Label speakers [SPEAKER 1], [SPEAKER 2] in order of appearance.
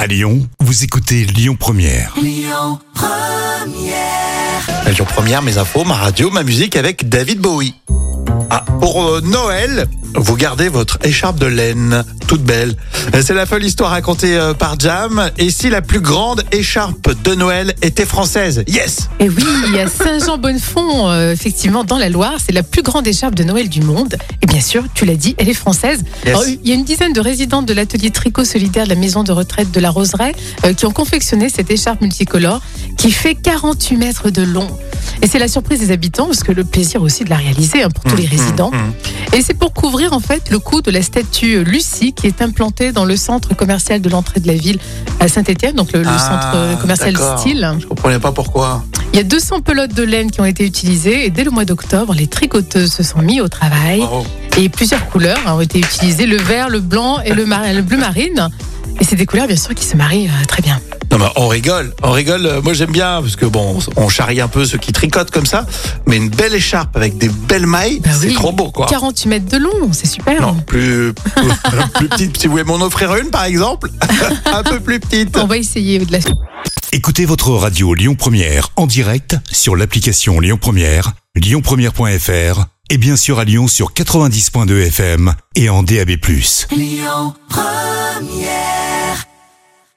[SPEAKER 1] À Lyon, vous écoutez Lyon Première.
[SPEAKER 2] Lyon Première.
[SPEAKER 3] Lyon Première, mes infos, ma radio, ma musique avec David Bowie. Pour Noël, vous gardez votre écharpe de laine, toute belle. C'est la folle histoire racontée par Jam. Et si la plus grande écharpe de Noël était française? Yes!
[SPEAKER 4] Et oui, à Saint-Jean-Bonnefond, effectivement, dans la Loire, c'est la plus grande écharpe de Noël du monde. Et bien sûr, tu l'as dit, elle est française.
[SPEAKER 3] Yes.
[SPEAKER 4] Alors, il y a une dizaine de résidentes de l'atelier tricot solidaire de la maison de retraite de la Roseraie qui ont confectionné cette écharpe multicolore qui fait 48 mètres de long. Et c'est la surprise des habitants, parce que le plaisir aussi de la réaliser pour tous les résidents. Et c'est pour couvrir en fait le cou de la statue Lucie qui est implantée dans le centre commercial de l'entrée de la ville à Saint-Étienne, donc le centre commercial
[SPEAKER 3] d'accord.
[SPEAKER 4] Style.
[SPEAKER 3] Je comprenais pas pourquoi.
[SPEAKER 4] Il y a 200 pelotes de laine qui ont été utilisées et dès le mois d'octobre, les tricoteuses se sont mis au travail.
[SPEAKER 3] Bravo.
[SPEAKER 4] Et plusieurs couleurs ont été utilisées, le vert, le blanc et le bleu marine. Et c'est des couleurs bien sûr qui se marient très bien.
[SPEAKER 3] Non, mais on rigole. Moi j'aime bien, parce que bon, on charrie un peu ceux qui tricotent comme ça, mais une belle écharpe avec des belles mailles, c'est
[SPEAKER 4] oui.
[SPEAKER 3] trop beau, quoi.
[SPEAKER 4] 48 mètres de long, c'est super.
[SPEAKER 3] Non, plus petite. Si vous voulez m'en offrir une, par exemple, un peu plus petite.
[SPEAKER 4] On va essayer de la...
[SPEAKER 1] Écoutez votre radio Lyon Première en direct sur l'application Lyon Première, lyonpremière.fr et bien sûr à Lyon sur 90.2 FM et en DAB+.
[SPEAKER 2] Lyon Première.